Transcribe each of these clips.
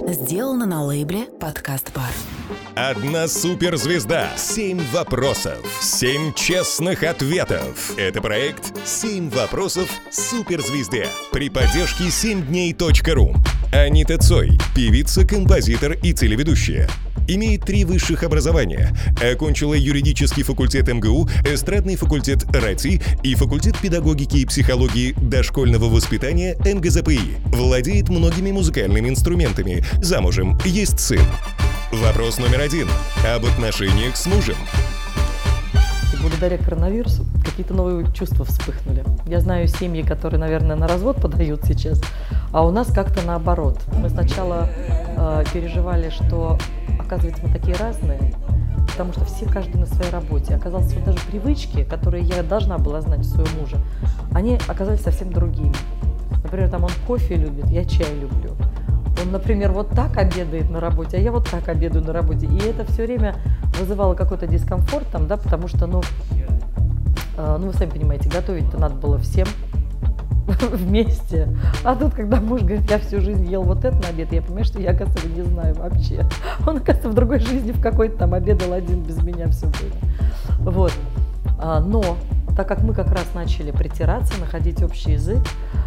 Сделано на лейбле «Подкаст Бар». Одна суперзвезда, 7 вопросов, 7 честных ответов. Это проект «7 вопросов суперзвезде» при поддержке 7dней.ру. Анита Цой, певица, композитор и телеведущая. Имеет 3 высших образования. Окончила юридический факультет МГУ, эстрадный факультет РАТИ и факультет педагогики и психологии дошкольного воспитания МГЗПИ. Владеет многими музыкальными инструментами. Замужем, есть сын. Вопрос номер 1. Об отношениях с мужем. Благодаря коронавирусу какие-то новые чувства вспыхнули. Я знаю семьи, которые, наверное, на развод подают сейчас, а у нас как-то наоборот. Мы сначала переживали, что, оказывается, мы такие разные, потому что все каждый на своей работе. Оказалось, вот даже привычки, которые я должна была знать у своего мужа, они оказались совсем другими. Например, там он кофе любит, я чай люблю. Он, например, вот так обедает на работе, а я вот так обедаю на работе. И это все время вызывало какой-то дискомфорт там, да, потому что, вы сами понимаете, готовить-то надо было всем вместе. А тут, когда муж говорит, я всю жизнь ел вот это на обед, я понимаю, что я, оказывается, не знаю вообще. Он, оказывается, в другой жизни в какой-то там обедал один без меня все время. Вот. Но, так как мы как раз начали притираться, находить общий язык,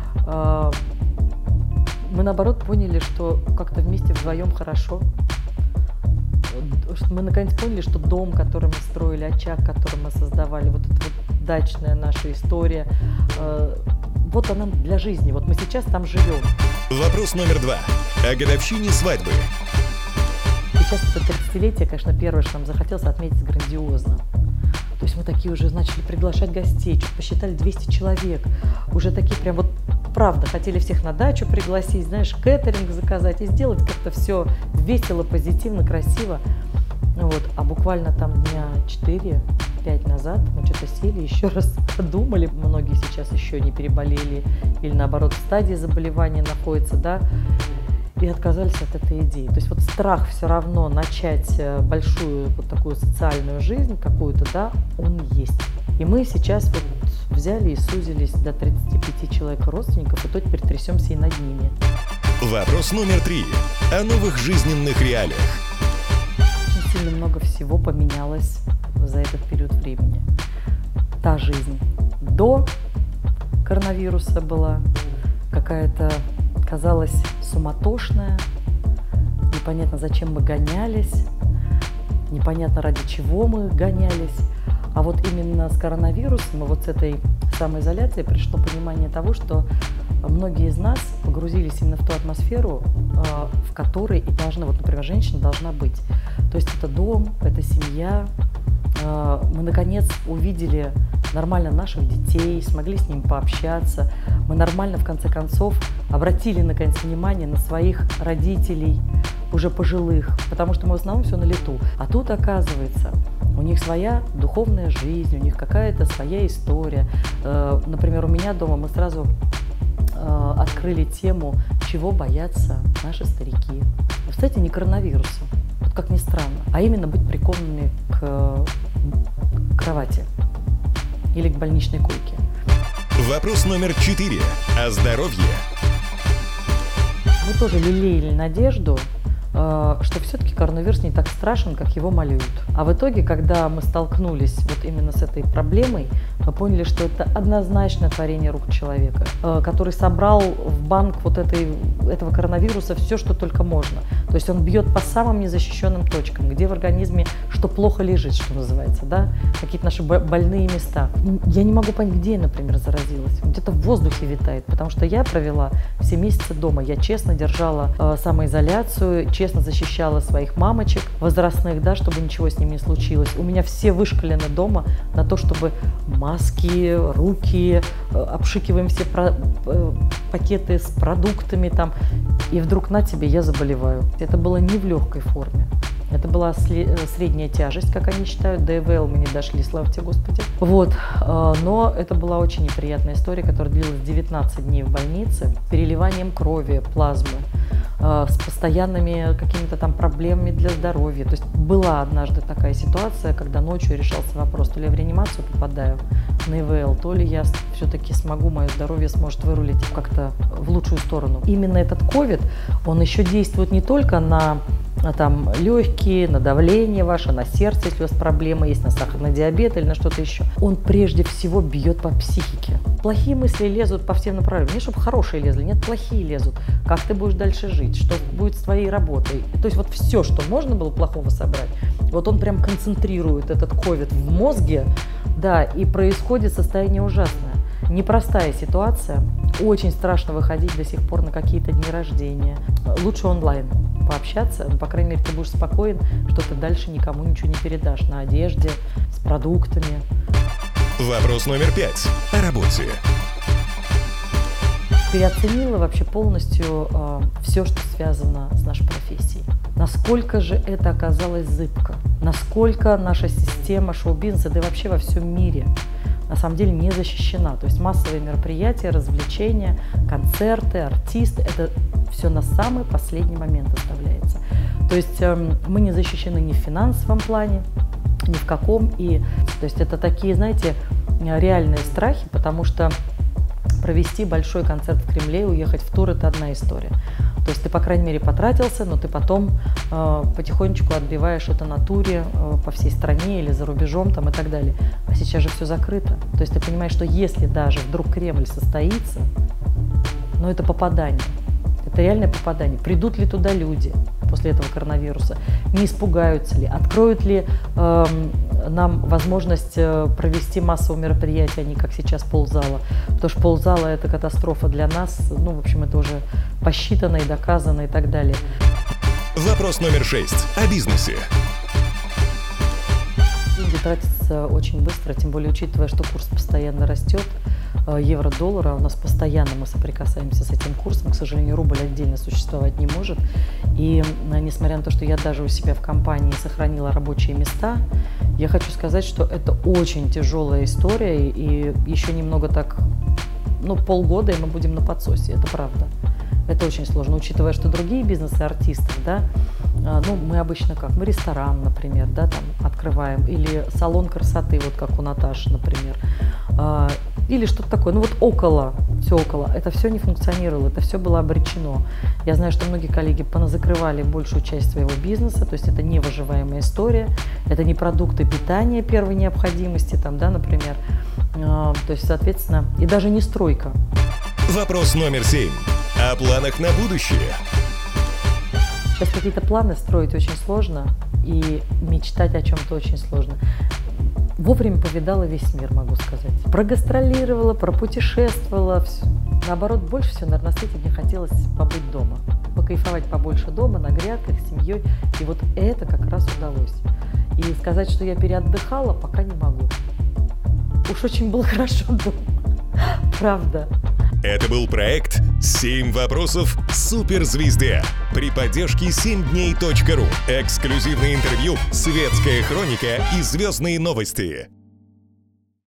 мы, наоборот, поняли, что как-то вместе вдвоем хорошо. Мы, наконец, поняли, что дом, который мы строили, очаг, который мы создавали, вот эта вот дачная наша история, вот она для жизни. Вот мы сейчас там живем. Вопрос номер 2. О годовщине свадьбы. Сейчас это 30-летие, конечно, первое, что нам захотелось отметить грандиозно. То есть мы такие уже начали приглашать гостей, что-то посчитали 200 человек. Уже такие прям вот, правда, хотели всех на дачу пригласить, знаешь, кэтеринг заказать и сделать как-то все весело, позитивно, красиво. Вот. А буквально там дня 4-5 назад мы что-то сели, еще раз подумали. Многие сейчас еще не переболели или, наоборот, в стадии заболевания находятся, да, и отказались от этой идеи. То есть вот страх все равно начать большую вот такую социальную жизнь какую-то, да, он есть. И мы сейчас вот взяли и сузились до 35 человек родственников, и то теперь трясемся и над ними. Вопрос номер 3. О новых жизненных реалиях. Очень сильно много всего поменялось за этот период времени. Та жизнь до коронавируса была какая-то, казалась суматошная, непонятно, зачем мы гонялись, непонятно, ради чего мы гонялись. А вот именно с коронавирусом и вот с этой самоизоляцией пришло понимание того, что многие из нас погрузились именно в ту атмосферу, в которой и должна, вот, например, женщина должна быть. То есть это дом, это семья. Мы, наконец, увидели нормально наших детей, смогли с ними пообщаться. Мы нормально, в конце концов, обратили, наконец, внимание на своих родителей, уже пожилых, потому что мы в основном все на лету. А тут, оказывается, у них своя духовная жизнь, у них какая-то своя история. Например, у меня дома мы сразу открыли тему, чего боятся наши старики. Кстати, не коронавируса, вот как ни странно, а именно быть прикованными к кровати или к больничной койке. Вопрос номер 4. О здоровье. Мы тоже лелеяли надежду, что все-таки коронавирус не так страшен, как его малюют. А в итоге, когда мы столкнулись вот именно с этой проблемой, мы поняли, что это однозначно творение рук человека, который собрал в банк вот этого коронавируса все, что только можно. То есть он бьет по самым незащищенным точкам, где в организме что плохо лежит, что называется, да, какие-то наши больные места. Я не могу понять, где я, например, заразилась. Где-то в воздухе витает, потому что я провела все месяцы дома. Я честно держала самоизоляцию, честно защищала своих мамочек возрастных, да, чтобы ничего с ними не случилось. У меня все вышкалены дома на то, чтобы маски, руки, обшикиваем все пакеты с продуктами там, и вдруг на тебе я заболеваю. Это было не в легкой форме. Это была средняя тяжесть, как они считают. До ИВЛ мы не дошли, слава тебе, Господи. Вот. Но это была очень неприятная история, которая длилась 19 дней в больнице, переливанием крови, плазмы, с постоянными какими-то там проблемами для здоровья. То есть была однажды такая ситуация, когда ночью решался вопрос, то ли я в реанимацию попадаю на ИВЛ, то ли я все-таки смогу, мое здоровье сможет вырулить как-то в лучшую сторону. Именно этот ковид, он еще действует не только на там легкие, на давление ваше, на сердце, если у вас проблемы есть, на сахарный диабет или на что-то еще. Он прежде всего бьет по психике. Плохие мысли лезут по всем направлениям. Не чтобы хорошие лезли, нет, плохие лезут. Как ты будешь дальше жить, что будет с твоей работой. То есть вот все, что можно было плохого собрать, вот он прям концентрирует этот ковид в мозге, да, и происходит состояние ужасное. Непростая ситуация, очень страшно выходить до сих пор на какие-то дни рождения. Лучше онлайн пообщаться, по крайней мере, ты будешь спокоен, что ты дальше никому ничего не передашь на одежде, с продуктами. Вопрос номер 5. О работе. Переоценила вообще полностью все, что связано с нашей профессией. Насколько же это оказалось зыбко, насколько наша система шоу-бизнеса, да и вообще во всем мире, на самом деле не защищена. То есть массовые мероприятия, развлечения, концерты, артисты, это все на самый последний момент оставляется. То есть мы не защищены ни в финансовом плане, ни в каком. То есть это такие, знаете, реальные страхи, потому что провести большой концерт в Кремле и уехать в тур – это одна история. То есть ты, по крайней мере, потратился, но ты потом потихонечку отбиваешь это на туре по всей стране или за рубежом там, и так далее. А сейчас же все закрыто. То есть ты понимаешь, что если даже вдруг Кремль состоится, ну это попадание. Это реальное попадание. Придут ли туда люди после этого коронавируса? Не испугаются ли? Откроют ли нам возможность провести массовые мероприятия, а не как сейчас ползала? Потому что ползала – это катастрофа для нас. Ну, в общем, это уже посчитано и доказано и так далее. Вопрос номер 6. О бизнесе. Деньги тратятся очень быстро, тем более учитывая, что курс постоянно растет. Евро-доллара, у нас постоянно мы соприкасаемся с этим курсом, к сожалению, рубль отдельно существовать не может. И несмотря на то, что я даже у себя в компании сохранила рабочие места, я хочу сказать, что это очень тяжелая история, и еще немного так, полгода, и мы будем на подсосе, это правда. Это очень сложно, учитывая, что другие бизнесы артистов, да, мы обычно как? Мы ресторан, например, да, там открываем, или салон красоты, вот как у Наташи, например, или что-то такое, все около, это все не функционировало, это все было обречено. Я знаю, что многие коллеги поназакрывали большую часть своего бизнеса, то есть это не выживаемая история, это не продукты питания первой необходимости, там, да, например, то есть, соответственно, и даже не стройка. Вопрос номер 7. О планах на будущее. Сейчас какие-то планы строить очень сложно, и мечтать о чем-то очень сложно. Вовремя повидала весь мир, могу сказать. Прогастролировала, пропутешествовала. Наоборот, больше всего, наверное, на свете мне хотелось побыть дома. Покайфовать побольше дома, на грядках, с семьей. И вот это как раз удалось. И сказать, что я переотдыхала, пока не могу. Уж очень было хорошо дома. Правда. Это был проект «7 вопросов суперзвезде» при поддержке 7dней.ру. Эксклюзивное интервью, светская хроника и звездные новости.